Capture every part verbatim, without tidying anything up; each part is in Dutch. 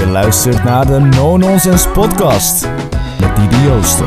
Je luistert naar de No Nonsense podcast met Didi Joosten.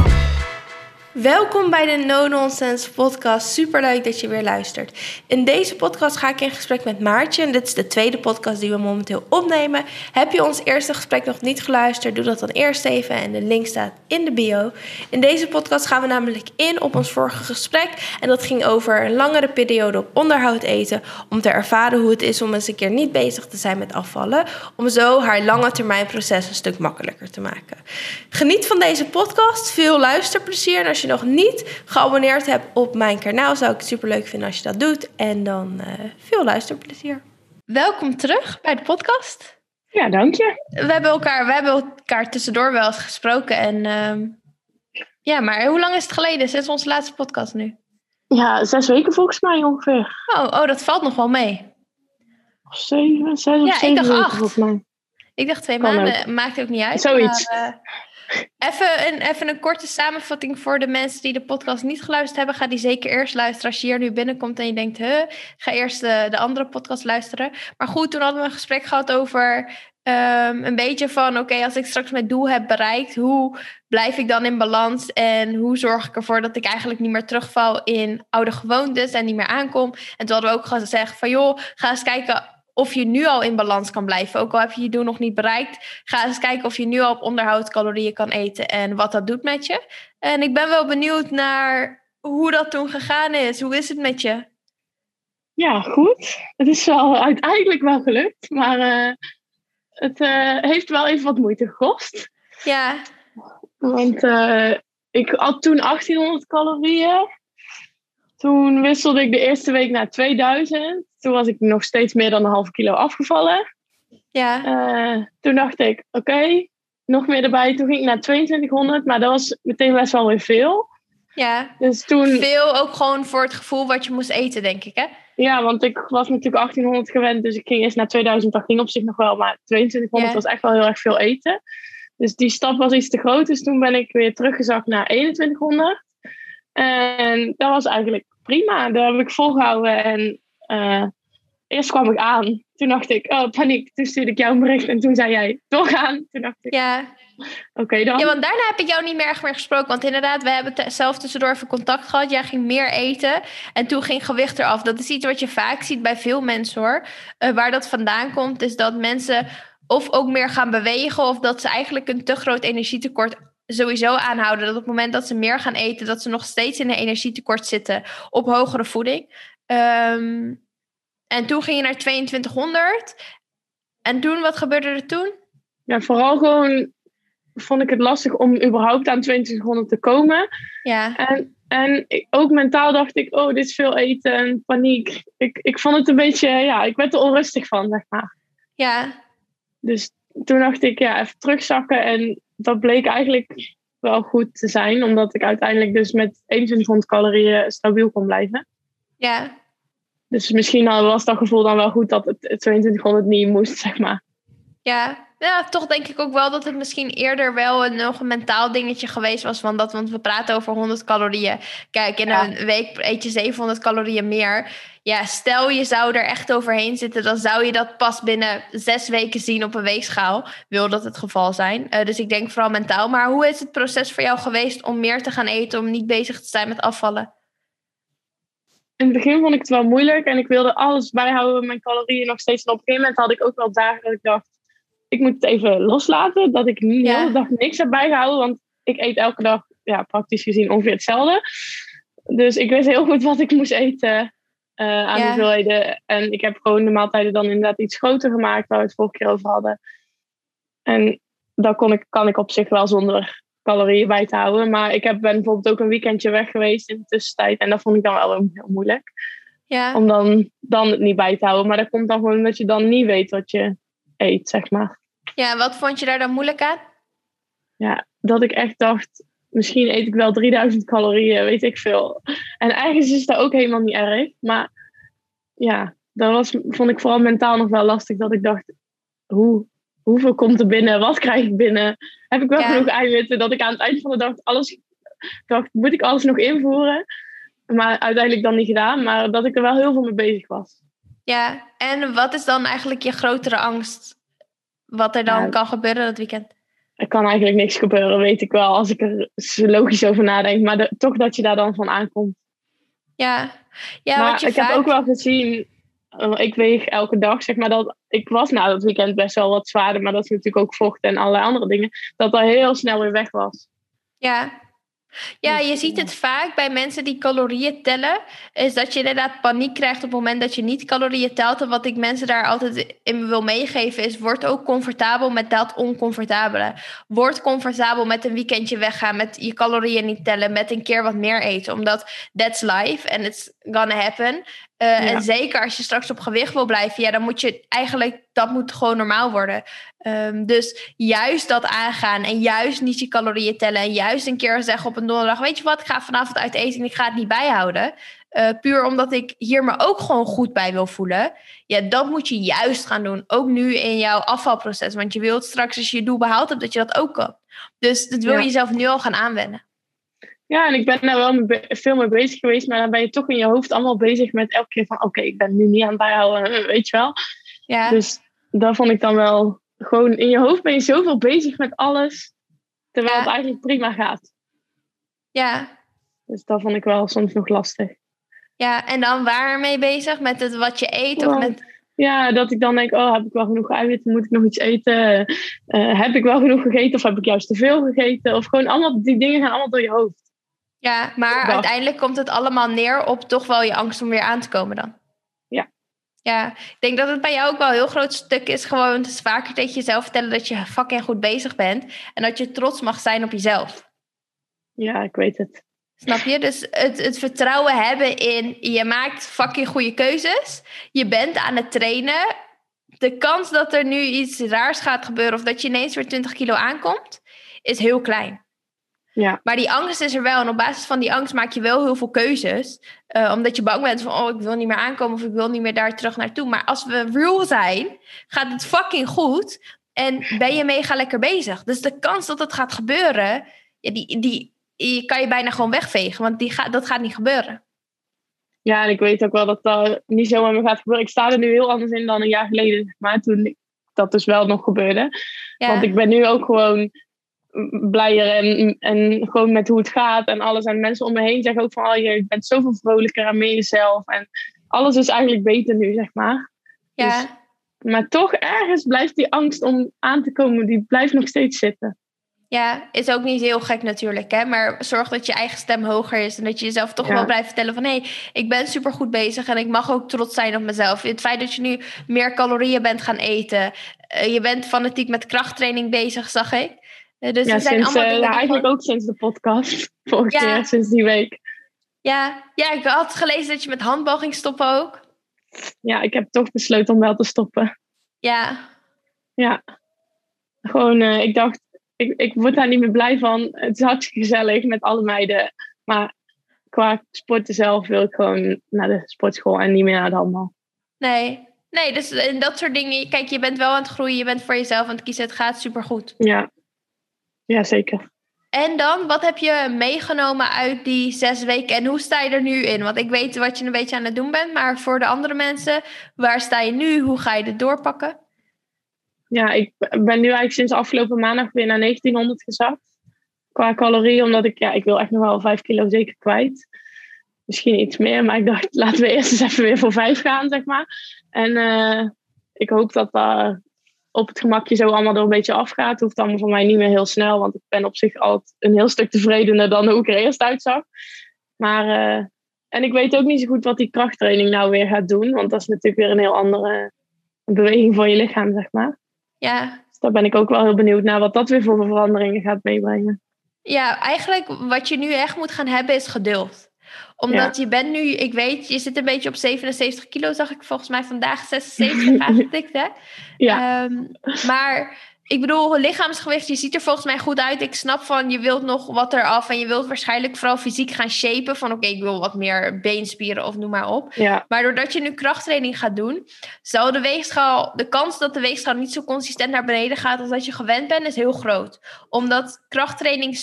Welkom bij de No Nonsense podcast. Superleuk dat je weer luistert. In deze podcast ga ik in gesprek met Maartje. En dit is de tweede podcast die we momenteel opnemen. Heb je ons eerste gesprek nog niet geluisterd? Doe dat dan eerst even en de link staat in de bio. In deze podcast gaan we namelijk in op ons vorige gesprek. En dat ging over een langere periode op onderhoud eten. Om te ervaren hoe het is om eens een keer niet bezig te zijn met afvallen. Om zo haar lange termijn proces een stuk makkelijker te maken. Geniet van deze podcast. Veel luisterplezier. En als je nog niet geabonneerd hebt op mijn kanaal, zou ik het superleuk vinden als je dat doet. En dan uh, veel luisterplezier. Welkom terug bij de podcast. Ja, dank je. We hebben elkaar, we hebben elkaar tussendoor wel eens gesproken. En uh, ja, maar hoe lang is het geleden sinds onze laatste podcast nu? Ja, zes weken volgens mij ongeveer. Oh, oh dat valt nog wel mee. Of zeven, zes of ja, zeven ik dacht weken acht. volgens mij. Ik dacht twee Kan maanden, ook. maakt ook niet uit. Zoiets. Maar, uh, Even een, even een korte samenvatting voor de mensen die de podcast niet geluisterd hebben. Ga die zeker eerst luisteren als je hier nu binnenkomt en je denkt, huh, ga eerst de, de andere podcast luisteren. Maar goed, toen hadden we een gesprek gehad over um, een beetje van, oké, okay, als ik straks mijn doel heb bereikt, hoe blijf ik dan in balans? En hoe zorg ik ervoor dat ik eigenlijk niet meer terugval in oude gewoontes en niet meer aankom? En toen hadden we ook gezegd van, joh, ga eens kijken of je nu al in balans kan blijven. Ook al heb je je doel nog niet bereikt. Ga eens kijken of je nu al op onderhoudscalorieën kan eten. En wat dat doet met je. En ik ben wel benieuwd naar hoe dat toen gegaan is. Hoe is het met je? Ja, goed. Het is wel uiteindelijk wel gelukt. Maar uh, het uh, heeft wel even wat moeite gekost. Ja. Want uh, ik had toen achttienhonderd calorieën. Toen wisselde ik de eerste week naar tweeduizend. Toen was ik nog steeds meer dan een half kilo afgevallen. Ja. Uh, toen dacht ik, oké, okay, nog meer erbij. Toen ging ik naar tweeëntwintighonderd, maar dat was meteen best wel weer veel. Ja, dus toen, veel ook gewoon voor het gevoel wat je moest eten, denk ik, hè? Ja, want ik was natuurlijk achttienhonderd gewend, dus ik ging eerst naar tweeduizend. Dat ging op zich nog wel, maar tweeëntwintighonderd yeah. was echt wel heel erg veel eten. Dus die stap was iets te groot, dus toen ben ik weer teruggezakt naar eenentwintighonderd. En dat was eigenlijk prima. Daar heb ik volgehouden en uh, eerst kwam ik aan. Toen dacht ik, oh paniek. Toen stuurde ik jou een bericht en toen zei jij, doorgaan. Toen dacht ik, ja. oké okay, dan. Ja, want daarna heb ik jou niet meer echt meer gesproken. Want inderdaad, we hebben t- zelf tussendoor even contact gehad. Jij ging meer eten en toen ging gewicht eraf. Dat is iets wat je vaak ziet bij veel mensen, hoor. Uh, waar dat vandaan komt, is dat mensen of ook meer gaan bewegen, of dat ze eigenlijk een te groot energietekort sowieso aanhouden. Dat op het moment dat ze meer gaan eten, dat ze nog steeds in een energietekort zitten op hogere voeding. Um, en toen ging je naar tweeëntwintighonderd. En toen, wat gebeurde er toen? Ja, vooral gewoon vond ik het lastig om überhaupt aan tweeëntwintighonderd te komen. Ja. En, en ik, ook mentaal dacht ik, oh, dit is veel eten en paniek. Ik, ik vond het een beetje, ja, ik werd er onrustig van, zeg maar. Ja. Dus toen dacht ik, ja, even terugzakken. En dat bleek eigenlijk wel goed te zijn, omdat ik uiteindelijk dus met eenentwintighonderd calorieën stabiel kon blijven. Ja. Dus misschien was dat gevoel dan wel goed dat het tweeëntwintighonderd niet moest, zeg maar. Ja. Ja, toch denk ik ook wel dat het misschien eerder wel een, nog een mentaal dingetje geweest was van dat, want we praten over honderd calorieën. Kijk, in ja. een week eet je zevenhonderd calorieën meer. Ja, stel je zou er echt overheen zitten, dan zou je dat pas binnen zes weken zien op een weegschaal. Wil dat het geval zijn. Uh, dus ik denk vooral mentaal. Maar hoe is het proces voor jou geweest om meer te gaan eten, om niet bezig te zijn met afvallen? In het begin vond ik het wel moeilijk en ik wilde alles bijhouden, mijn calorieën nog steeds. En op een gegeven moment had ik ook wel dagen dat ik dacht, ik moet het even loslaten, dat ik niet ja. de hele dag niks heb bijgehouden, want ik eet elke dag, ja, praktisch gezien ongeveer hetzelfde. Dus ik wist heel goed wat ik moest eten uh, aan ja. hoeveelheden. En ik heb gewoon de maaltijden dan inderdaad iets groter gemaakt, waar we het vorige keer over hadden. En dat kon ik, kan ik op zich wel zonder calorieën bij te houden. Maar ik heb, ben bijvoorbeeld ook een weekendje weg geweest in de tussentijd. En dat vond ik dan wel heel moeilijk. Ja. Om dan, dan het niet bij te houden. Maar dat komt dan gewoon omdat je dan niet weet wat je eet, zeg maar. Ja, wat vond je daar dan moeilijk aan? Ja, dat ik echt dacht, misschien eet ik wel drieduizend calorieën, weet ik veel. En eigenlijk is dat ook helemaal niet erg. Maar ja, dat was, vond ik vooral mentaal nog wel lastig. Dat ik dacht, hoe, hoeveel komt er binnen? Wat krijg ik binnen? Heb ik wel ja. genoeg eiwitten? Dat ik aan het eind van de dag alles dacht, moet ik alles nog invoeren? Maar uiteindelijk dan niet gedaan. Maar dat ik er wel heel veel mee bezig was. Ja, en wat is dan eigenlijk je grotere angst wat er dan Ja. kan gebeuren dat weekend? Er kan eigenlijk niks gebeuren, weet ik wel. Als ik er zo logisch over nadenk. Maar de, toch dat je daar dan van aankomt. Ja, ja maar wat je ik vaak... heb ook wel gezien... uh, ik weeg elke dag, zeg maar. Dat, ik was na dat weekend best wel wat zwaarder. Maar dat is natuurlijk ook vocht en allerlei andere dingen. Dat dat heel snel weer weg was. Ja. Ja, je ziet het vaak bij mensen die calorieën tellen, is dat je inderdaad paniek krijgt op het moment dat je niet calorieën telt. En wat ik mensen daar altijd in wil meegeven is, word ook comfortabel met dat oncomfortabele. Word comfortabel met een weekendje weggaan, met je calorieën niet tellen, met een keer wat meer eten. Omdat that's life and it's gonna happen. Uh, ja. En zeker als je straks op gewicht wil blijven, ja, dan moet je eigenlijk, dat moet gewoon normaal worden. Um, dus juist dat aangaan en juist niet je calorieën tellen en juist een keer zeggen op een donderdag, weet je wat, ik ga vanavond uit eten en ik ga het niet bijhouden. Uh, puur omdat ik hier me ook gewoon goed bij wil voelen. Ja, dat moet je juist gaan doen. Ook nu in jouw afvalproces. Want je wilt straks, als je je doel behaald hebt, dat je dat ook kan. Dus dat wil je ja. jezelf nu al gaan aanwennen. Ja, en ik ben daar wel mee, veel mee bezig geweest. Maar dan ben je toch in je hoofd allemaal bezig met elke keer van, oké, okay, ik ben nu niet aan het bijhouden. Weet je wel. Ja. Dus dat vond ik dan wel... Gewoon in je hoofd ben je zoveel bezig met alles. Terwijl ja. het eigenlijk prima gaat. Ja. Dus dat vond ik wel soms nog lastig. Ja, en dan waarmee bezig? Met het wat je eet? Ja, of met... ja, dat ik dan denk, oh, heb ik wel genoeg eiwitten? Moet ik nog iets eten? Uh, heb ik wel genoeg gegeten? Of heb ik juist te veel gegeten? Of gewoon allemaal, die dingen gaan allemaal door je hoofd. Ja, maar uiteindelijk komt het allemaal neer op toch wel je angst om weer aan te komen dan. Ja. Ja, ik denk dat het bij jou ook wel een heel groot stuk is. Gewoon het is vaker dat je jezelf vertellen dat je fucking goed bezig bent. En dat je trots mag zijn op jezelf. Ja, ik weet het. Snap je? Dus het, het vertrouwen hebben in, je maakt fucking goede keuzes. Je bent aan het trainen. De kans dat er nu iets raars gaat gebeuren of dat je ineens weer twintig kilo aankomt, is heel klein. Ja. Maar die angst is er wel. En op basis van die angst maak je wel heel veel keuzes. Uh, omdat je bang bent van, oh, ik wil niet meer aankomen of ik wil niet meer daar terug naartoe. Maar als we real zijn, gaat het fucking goed. En ben je mega lekker bezig. Dus de kans dat het gaat gebeuren, ja, die, die, die kan je bijna gewoon wegvegen. Want die gaat, dat gaat niet gebeuren. Ja, en ik weet ook wel dat dat niet zo aan me gaat gebeuren. Ik sta er nu heel anders in dan een jaar geleden, zeg maar, toen dat dus wel nog gebeurde. Ja. Want ik ben nu ook gewoon blijer en, en gewoon met hoe het gaat en alles. En mensen om me heen zeggen ook van, oh, je bent zoveel vrolijker en meer jezelf. En alles is eigenlijk beter nu, zeg maar. Ja. Dus, maar toch ergens blijft die angst om aan te komen, die blijft nog steeds zitten. Ja, is ook niet heel gek natuurlijk, hè? Maar zorg dat je eigen stem hoger is en dat je jezelf toch ja. wel blijft vertellen van, hé, hey, ik ben supergoed bezig en ik mag ook trots zijn op mezelf. Het feit dat je nu meer calorieën bent gaan eten, uh, je bent fanatiek met krachttraining bezig, zag ik. Uh, dus ja, er zijn sinds, allemaal uh, dingen ja, eigenlijk gewoon... ook sinds de podcast, vorige ja. keer, sinds die week. Ja. ja, ik had gelezen dat je met handbal ging stoppen ook. Ja, ik heb toch besloten om wel te stoppen. Ja. Ja. Gewoon, uh, ik dacht, Ik, ik word daar niet meer blij van. Het is hartstikke gezellig met alle meiden. Maar qua sporten zelf wil ik gewoon naar de sportschool en niet meer naar de handbal. Nee, nee, dus in dat soort dingen. Kijk, je bent wel aan het groeien. Je bent voor jezelf aan het kiezen. Het gaat supergoed. Ja, ja zeker. En dan, wat heb je meegenomen uit die zes weken? En hoe sta je er nu in? Want ik weet wat je een beetje aan het doen bent. Maar voor de andere mensen, waar sta je nu? Hoe ga je dit doorpakken? Ja, ik ben nu eigenlijk sinds afgelopen maandag weer naar negentienhonderd gezakt. Qua calorieën, omdat ik, ja, ik wil echt nog wel vijf kilo zeker kwijt. Misschien iets meer, maar ik dacht, laten we eerst eens even weer voor vijf gaan, zeg maar. En uh, ik hoop dat dat op het gemakje zo allemaal er een beetje afgaat. Het hoeft allemaal voor mij niet meer heel snel, want ik ben op zich altijd een heel stuk tevredener dan hoe ik er eerst uitzag. Maar, uh, en ik weet ook niet zo goed wat die krachttraining nou weer gaat doen, want dat is natuurlijk weer een heel andere beweging voor je lichaam, zeg maar. Ja. Dus daar ben ik ook wel heel benieuwd naar wat dat weer voor veranderingen gaat meebrengen. Ja, eigenlijk wat je nu echt moet gaan hebben is geduld. Omdat ja. je bent nu, ik weet, je zit een beetje op zevenenzeventig kilo, zag ik volgens mij vandaag zesenzeventig aangetikt, hè? Ja. Um, maar ik bedoel, lichaamsgewicht, je ziet er volgens mij goed uit. Ik snap van, je wilt nog wat eraf en je wilt waarschijnlijk vooral fysiek gaan shapen. Van oké, okay, ik wil wat meer beenspieren of noem maar op. Ja. Maar doordat je nu krachttraining gaat doen, zal de weegschaal, de kans dat de weegschaal niet zo consistent naar beneden gaat als dat je gewend bent, is heel groot. Omdat krachttraining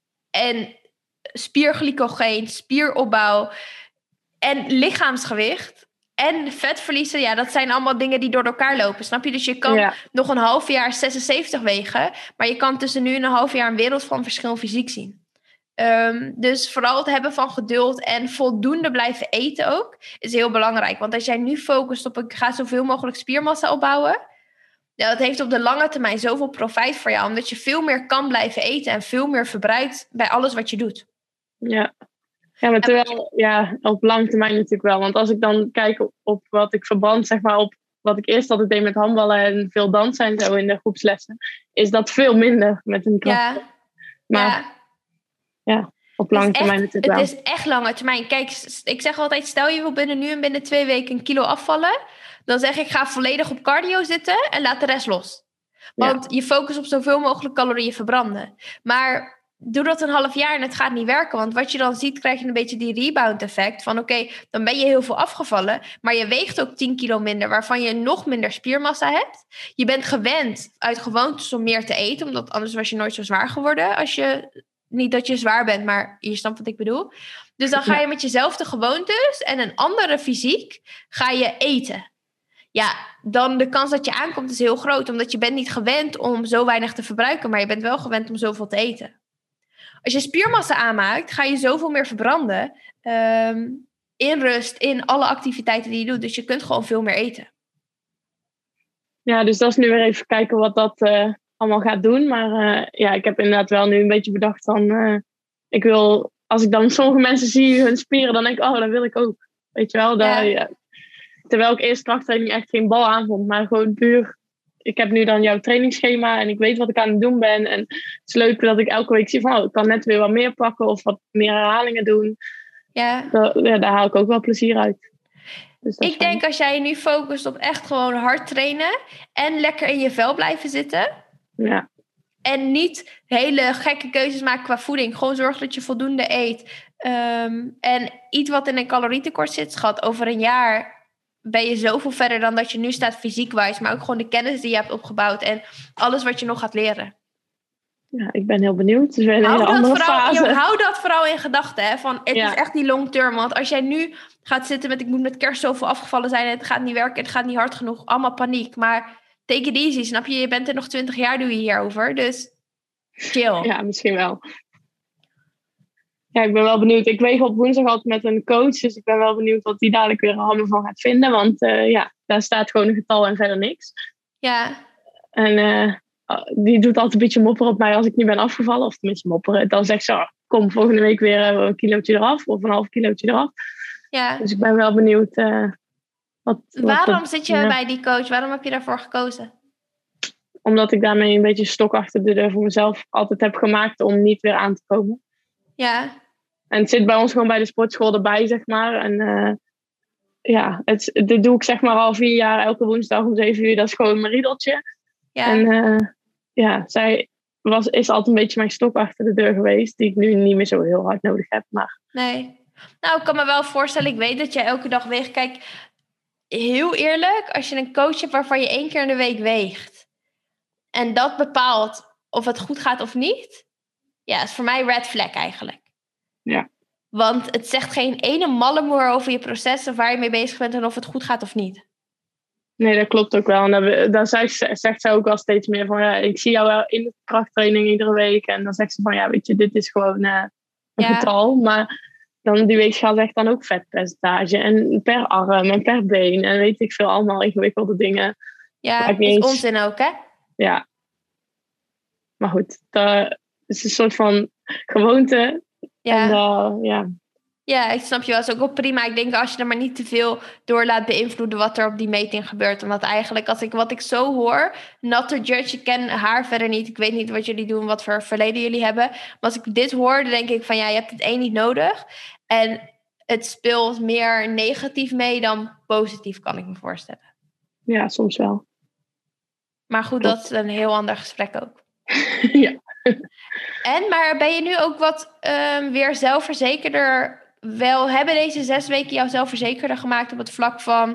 en spierglycogeen, spieropbouw en lichaamsgewicht en vet verliezen, ja, dat zijn allemaal dingen die door elkaar lopen. Snap je? Dus je kan Ja. nog een half jaar zesenzeventig wegen, maar je kan tussen nu en een half jaar een wereld van verschil fysiek zien. Um, dus vooral het hebben van geduld en voldoende blijven eten ook is heel belangrijk. Want als jij nu focust op ik ga zoveel mogelijk spiermassa opbouwen, ja, dat heeft op de lange termijn zoveel profijt voor jou, omdat je veel meer kan blijven eten en veel meer verbruikt bij alles wat je doet. Ja. Ja, maar terwijl, ja, op lange termijn natuurlijk wel. Want als ik dan kijk op, op wat ik verbrand, zeg maar, op wat ik eerst altijd deed met handballen en veel dansen en zo in de groepslessen, is dat veel minder met een kracht. Ja, maar ja. ja, op lange Het is termijn echt, natuurlijk wel. Het is echt lange termijn. Kijk, ik zeg altijd, stel je wil binnen nu en binnen twee weken een kilo afvallen, dan zeg ik ga volledig op cardio zitten en laat de rest los. Want ja. je focust op zoveel mogelijk calorieën verbranden. Maar doe dat een half jaar en het gaat niet werken. Want wat je dan ziet, krijg je een beetje die rebound effect. Van oké, okay, dan ben je heel veel afgevallen. Maar je weegt ook tien kilo minder. Waarvan je nog minder spiermassa hebt. Je bent gewend uit gewoontes om meer te eten. Omdat anders was je nooit zo zwaar geworden. Als je, niet dat je zwaar bent, maar je snapt wat ik bedoel. Dus dan ga je met jezelfde gewoontes en een andere fysiek ga je eten. Ja, dan de kans dat je aankomt is heel groot. Omdat je bent niet gewend om zo weinig te verbruiken. Maar je bent wel gewend om zoveel te eten. Als je spiermassa aanmaakt, ga je zoveel meer verbranden. Um, in rust, in alle activiteiten die je doet. Dus je kunt gewoon veel meer eten. Ja, dus dat is nu weer even kijken wat dat uh, allemaal gaat doen. Maar uh, ja, ik heb inderdaad wel nu een beetje bedacht van... Uh, ik wil, als ik dan sommige mensen zie hun spieren, dan denk ik, oh, dat wil ik ook. Weet je wel? Dat, ja. Ja. Terwijl ik eerst krachttraining echt geen bal aan vond, maar gewoon puur... Ik heb nu dan jouw trainingsschema en ik weet wat ik aan het doen ben. En het is leuk dat ik elke week zie van... Oh, ik kan net weer wat meer pakken of wat meer herhalingen doen. Ja. Dat, ja, daar haal ik ook wel plezier uit. Dus ik denk als jij je nu focust op echt gewoon hard trainen... en lekker in je vel blijven zitten... Ja. En niet hele gekke keuzes maken qua voeding. Gewoon zorg dat je voldoende eet. Um, en iets wat in een calorietekort zit, schat, over een jaar... ben je zoveel verder dan dat je nu staat fysiekwijs. Maar ook gewoon de kennis die je hebt opgebouwd. En alles wat je nog gaat leren. Ja, ik ben heel benieuwd. Het is weer een hou, hele dat andere vooral, fase. joh, hou dat vooral in gedachten. Hè, van het ja. is echt die long term. Want als jij nu gaat zitten met... ik moet met kerst zoveel afgevallen zijn... en het gaat niet werken, het gaat niet hard genoeg. Allemaal paniek. Maar take it easy, snap je? Je bent er nog twintig jaar, doe je hierover. Dus chill. Ja, misschien wel. Ja, ik ben wel benieuwd. Ik weeg op woensdag altijd met een coach. Dus ik ben wel benieuwd wat die dadelijk weer allemaal van gaat vinden. Want uh, ja, daar staat gewoon een getal en verder niks. Ja. En uh, die doet altijd een beetje mopperen op mij als ik niet ben afgevallen. Of tenminste mopperen. Dan zegt ze, oh, kom volgende week weer een kilootje eraf. Of een half kilootje eraf. Ja. Dus ik ben wel benieuwd. Uh, wat, Waarom wat zit je ja. bij die coach? Waarom heb je daarvoor gekozen? Omdat ik daarmee een beetje stok achter de deur voor mezelf altijd heb gemaakt om niet weer aan te komen. Ja. En het zit bij ons gewoon bij de sportschool erbij, zeg maar. En uh, ja, het, dit doe ik zeg maar al vier jaar elke woensdag om zeven uur. Dat is gewoon mijn riedeltje. Ja. En uh, ja, zij was, is altijd een beetje mijn stok achter de deur geweest. Die ik nu niet meer zo heel hard nodig heb. Maar... Nee. Nou, ik kan me wel voorstellen. Ik weet dat jij elke dag weegt. Kijk, heel eerlijk. Als je een coach hebt waarvan je één keer in de week weegt. En dat bepaalt of het goed gaat of niet. Ja, is voor mij red flag eigenlijk. Ja. Want het zegt geen ene mallemoer over je proces of waar je mee bezig bent en of het goed gaat of niet. Nee, dat klopt ook wel. En dan, dan zegt, zegt zij ook wel steeds meer van, ja, ik zie jou wel in de krachttraining iedere week. En dan zegt ze van, ja, weet je, dit is gewoon uh, een ja. getal. Maar dan die weegschaal zegt dan ook vetpercentage. En per arm en per been. En weet ik veel, allemaal ingewikkelde dingen. Ja, dat is eens... onzin ook, hè? Ja. Maar goed, dat is een soort van gewoonte. Ja. En, uh, ja. Ja, ik snap je wel. Dat is ook wel prima. Ik denk als je er maar niet te veel door laat beïnvloeden wat er op die meting gebeurt. Omdat eigenlijk, als ik wat ik zo hoor, not to judge, ik ken haar verder niet. Ik weet niet wat jullie doen, wat voor verleden jullie hebben. Maar als ik dit hoor, dan denk ik van ja, je hebt het één niet nodig. En het speelt meer negatief mee dan positief, kan ik me voorstellen. Ja, soms wel. Maar goed, dat is een heel ander gesprek ook. Ja. En, maar ben je nu ook wat um, weer zelfverzekerder? Wel, hebben deze zes weken jou zelfverzekerder gemaakt op het vlak van...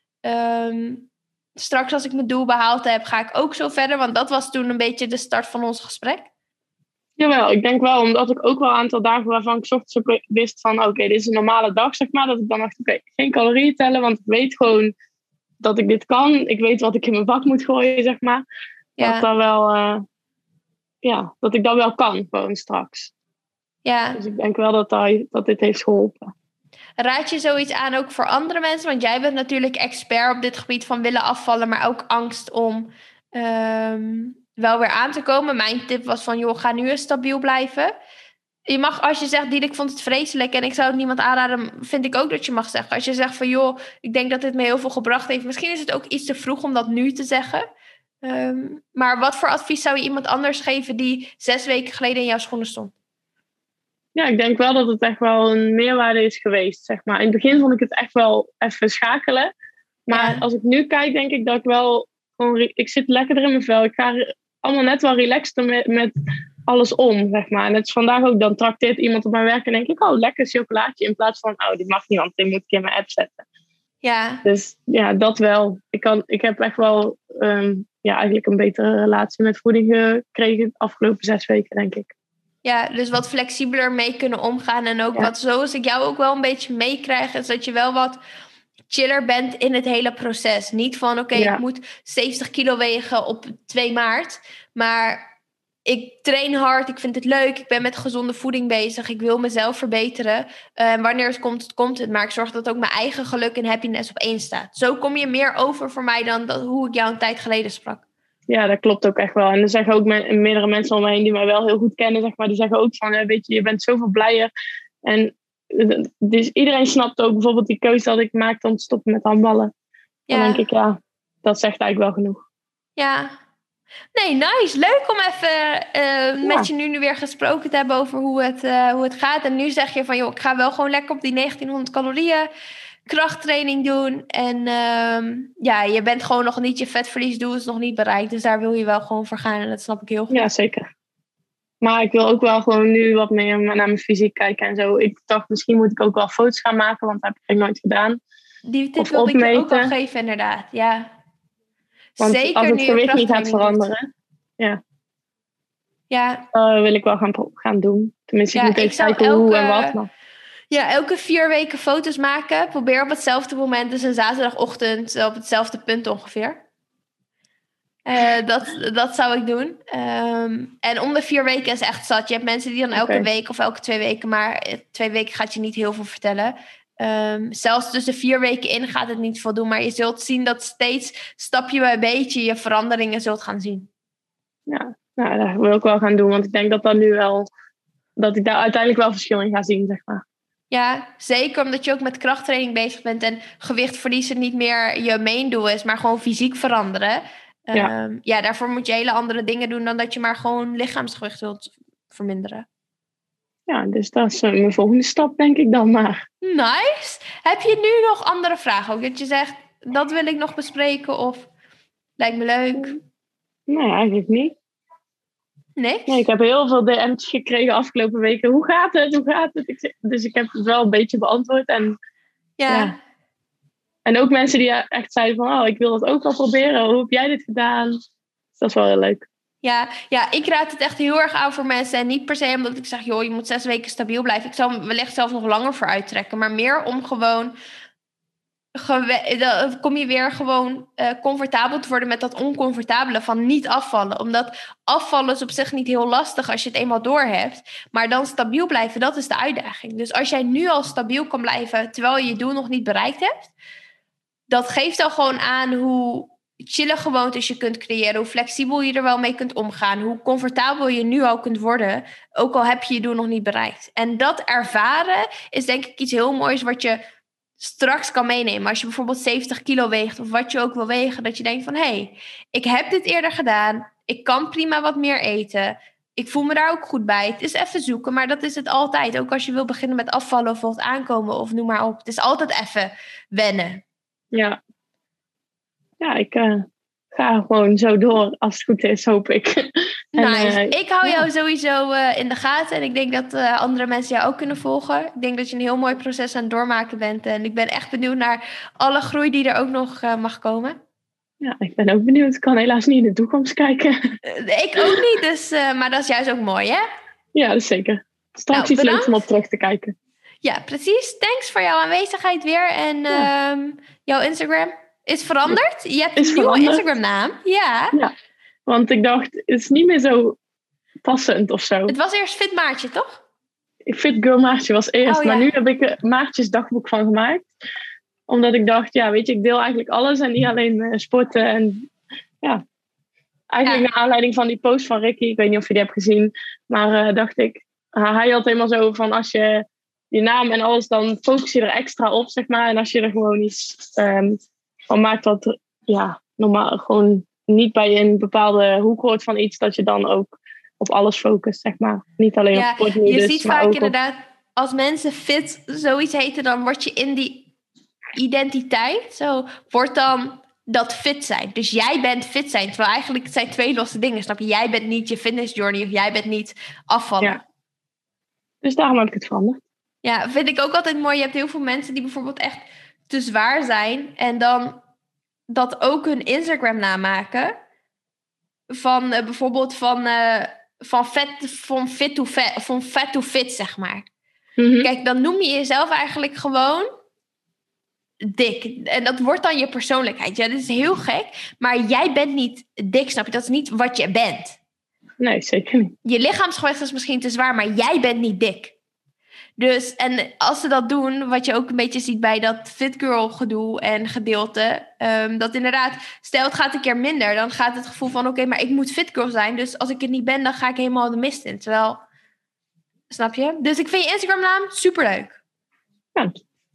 Um, straks als ik mijn doel behaald heb, ga ik ook zo verder? Want dat was toen een beetje de start van ons gesprek. Jawel, ik denk wel, omdat ik ook wel een aantal dagen waarvan ik 's ochtends ook wist van, oké, okay, dit is een normale dag, zeg maar. Dat ik dan dacht, oké, okay, geen calorieën tellen, want ik weet gewoon dat ik dit kan. Ik weet wat ik in mijn bak moet gooien, zeg maar. Ja. Dat, dat, wel, uh, ja, dat ik dat wel kan, gewoon straks. Ja. Dus ik denk wel dat, dat, dat dit heeft geholpen. Raad je zoiets aan ook voor andere mensen? Want jij bent natuurlijk expert op dit gebied van willen afvallen, maar ook angst om um, wel weer aan te komen. Mijn tip was van, joh, ga nu eens stabiel blijven. Je mag, als je zegt, Diede, ik vond het vreselijk en ik zou het niemand aanraden, vind ik ook dat je mag zeggen. Als je zegt van, joh, ik denk dat dit me heel veel gebracht heeft. Misschien is het ook iets te vroeg om dat nu te zeggen. Um, maar wat voor advies zou je iemand anders geven die zes weken geleden in jouw schoenen stond? Ja, ik denk wel dat het echt wel een meerwaarde is geweest, zeg maar. In het begin vond ik het echt wel even schakelen. Maar ja. Als ik nu kijk, denk ik dat ik wel gewoon... Ik zit lekkerder in mijn vel. Ik ga allemaal net wel relaxter met, met alles om, zeg maar. En het is vandaag ook, dan trakteert iemand op mijn werk en denk ik, oh, lekker chocolaatje. In plaats van, oh, die mag niet, want die moet ik in mijn app zetten. Ja. Dus ja, dat wel. Ik, kan, ik heb echt wel um, ja, eigenlijk een betere relatie met voeding gekregen de afgelopen zes weken, denk ik. Ja, dus wat flexibeler mee kunnen omgaan. En ook ja. wat, zoals ik jou ook wel een beetje meekrijg, is dat je wel wat chiller bent in het hele proces. Niet van, oké, okay, ja. ik moet zeventig kilo wegen op twee maart. Maar ik train hard, ik vind het leuk. Ik ben met gezonde voeding bezig. Ik wil mezelf verbeteren. En uh, wanneer het komt, het komt het. Maar ik zorg dat ook mijn eigen geluk en happiness op één staat. Zo kom je meer over voor mij dan dat, hoe ik jou een tijd geleden sprak. Ja, dat klopt ook echt wel. En er zeggen ook me- meerdere mensen om me heen die mij wel heel goed kennen, zeg maar, die zeggen ook van, weet je, je bent zoveel blijer. En dus iedereen snapt ook bijvoorbeeld die keuze dat ik maakte om te stoppen met handballen. Ja. Dan denk ik, ja, dat zegt eigenlijk wel genoeg. Ja. Nee, nice. Leuk om even uh, ja. met je nu, nu weer gesproken te hebben over hoe het, uh, hoe het gaat. En nu zeg je van, joh, ik ga wel gewoon lekker op die negentienhonderd calorieën krachttraining doen. En um, ja, je bent gewoon nog niet, je vetverliesdoel is nog niet bereikt. Dus daar wil je wel gewoon voor gaan. En dat snap ik heel goed. Ja, zeker. Maar ik wil ook wel gewoon nu wat meer naar mijn fysiek kijken en zo. Ik dacht, misschien moet ik ook wel foto's gaan maken, want dat heb ik nooit gedaan. Die tip wilde ik je ook al geven, inderdaad. Ja. Want zeker als het nu gewicht niet gaat veranderen, ja. Ja. Uh, wil ik wel gaan, gaan doen. Tenminste, ik ja, moet even kijken elke, hoe en wat. Maar... Ja, elke vier weken foto's maken. Probeer op hetzelfde moment, dus een zaterdagochtend, op hetzelfde punt ongeveer. Uh, dat, dat zou ik doen. Um, en om de vier weken is echt zat. Je hebt mensen die dan elke okay. week of elke twee weken, maar twee weken gaat je niet heel veel vertellen. Um, zelfs tussen vier weken in gaat het niet voldoen, maar je zult zien dat steeds stapje bij beetje je veranderingen zult gaan zien. Ja, nou, dat wil ik wel gaan doen, want ik denk dat dat nu wel, dat ik daar uiteindelijk wel verschil in ga zien, zeg maar. Ja, zeker omdat je ook met krachttraining bezig bent en gewicht verliezen niet meer je main doel is, maar gewoon fysiek veranderen. Ja. Um, ja, daarvoor moet je hele andere dingen doen dan dat je maar gewoon lichaamsgewicht wilt verminderen. Ja, dus dat is uh, mijn volgende stap, denk ik dan maar. Nice. Heb je nu nog andere vragen? Ook dat je zegt, dat wil ik nog bespreken of lijkt me leuk? Nee, eigenlijk niet. Niks? Nee, ik heb heel veel D M's gekregen afgelopen weken. Hoe gaat het? Hoe gaat het? Ik, dus ik heb het wel een beetje beantwoord. En, ja. ja. En ook mensen die echt zeiden van, oh, ik wil dat ook wel proberen. Hoe heb jij dit gedaan? Dus dat is wel heel leuk. Ja, ja, ik raad het echt heel erg aan voor mensen. En niet per se omdat ik zeg, joh, je moet zes weken stabiel blijven. Ik zal hem wellicht zelfs nog langer voor uittrekken. Maar meer om gewoon... Gewe- dan kom je weer gewoon uh, comfortabel te worden met dat oncomfortabele van niet afvallen. Omdat afvallen is op zich niet heel lastig als je het eenmaal door hebt. Maar dan stabiel blijven, dat is de uitdaging. Dus als jij nu al stabiel kan blijven terwijl je je doel nog niet bereikt hebt, dat geeft al gewoon aan hoe chille gewoontes je kunt creëren, hoe flexibel je er wel mee kunt omgaan, hoe comfortabel je nu al kunt worden, ook al heb je je doel nog niet bereikt. En dat ervaren is denk ik iets heel moois wat je straks kan meenemen. Als je bijvoorbeeld zeventig kilo weegt of wat je ook wil wegen, dat je denkt van, hé, hey, ik heb dit eerder gedaan, ik kan prima wat meer eten, ik voel me daar ook goed bij. Het is even zoeken, maar dat is het altijd. Ook als je wil beginnen met afvallen of wilt aankomen of noem maar op. Het is altijd even wennen. Ja. Ja, ik uh, ga gewoon zo door als het goed is, hoop ik. Nice. En, uh, ik hou ja. jou sowieso uh, in de gaten. En ik denk dat uh, andere mensen jou ook kunnen volgen. Ik denk dat je een heel mooi proces aan het doormaken bent. En ik ben echt benieuwd naar alle groei die er ook nog uh, mag komen. Ja, ik ben ook benieuwd. Ik kan helaas niet in de toekomst kijken. Uh, ik ook niet, dus, uh, maar dat is juist ook mooi, hè? Ja, dat is zeker. Straks Nou, iets leuks om op terug te kijken. Ja, precies. Thanks voor jouw aanwezigheid weer. En Ja. um, jouw Instagram is veranderd. Je hebt Is een nieuwe veranderd. Instagram-naam. Ja. Ja, want ik dacht, het is niet meer zo passend of zo. Het was eerst Fit Maartje, toch? Fit Girl Maartje was eerst, Oh, ja. maar nu heb ik er Maartjes dagboek van gemaakt. Omdat ik dacht, ja, weet je, ik deel eigenlijk alles en niet alleen uh, sporten. En ja, eigenlijk Ja. naar aanleiding van die post van Ricky, ik weet niet of je die hebt gezien, maar uh, dacht ik, uh, hij had helemaal zo van als je je naam en alles, dan focus je er extra op, zeg maar. En als je er gewoon iets um, van maakt wat, ja, normaal gewoon niet bij een bepaalde hoek hoort van iets, dat je dan ook op alles focust, zeg maar. Niet alleen Ja, op sportnieuws. je ziet maar vaak ook inderdaad, als mensen fit zoiets heten, dan word je in die identiteit, zo wordt dan dat fit zijn. Dus jij bent fit zijn, terwijl eigenlijk het zijn twee losse dingen, snap je? Jij bent niet je fitness journey of jij bent niet afvallen. Ja. Dus daarom heb ik het veranderd. Ja, vind ik ook altijd mooi. Je hebt heel veel mensen die bijvoorbeeld echt te zwaar zijn en dan dat ook hun Instagram namaken. Van uh, bijvoorbeeld van, uh, van, vet, van, fit to vet, van fat to fit, zeg maar. Mm-hmm. Kijk, dan noem je jezelf eigenlijk gewoon dik. En dat wordt dan je persoonlijkheid. Ja, dat is heel gek. Maar jij bent niet dik, snap je? Dat is niet wat je bent. Nee, zeker niet. Je lichaamsgewicht is misschien te zwaar, maar jij bent niet dik. Dus, en als ze dat doen, wat je ook een beetje ziet bij dat fit girl gedoe en gedeelte, um, dat inderdaad, stel het gaat een keer minder, dan gaat het gevoel van, oké, okay, maar ik moet fit girl zijn, dus als ik het niet ben, dan ga ik helemaal de mist in. Terwijl, snap je? Dus ik vind je Instagram naam superleuk. Ja.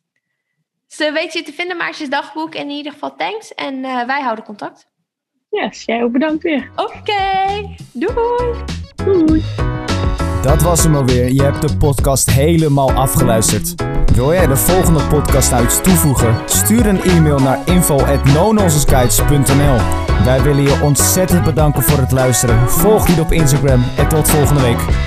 Ze weet je te vinden, Maartjes dagboek, en in ieder geval thanks. En uh, wij houden contact. Yes, jij ook bedankt weer. Oké, okay. Doei! Doei! Dat was hem alweer. Je hebt de podcast helemaal afgeluisterd. Wil jij de volgende podcast nou iets toevoegen? Stuur een e-mail naar info at no nonsense guides dot n l. Wij willen je ontzettend bedanken voor het luisteren. Volg hier op Instagram en tot volgende week.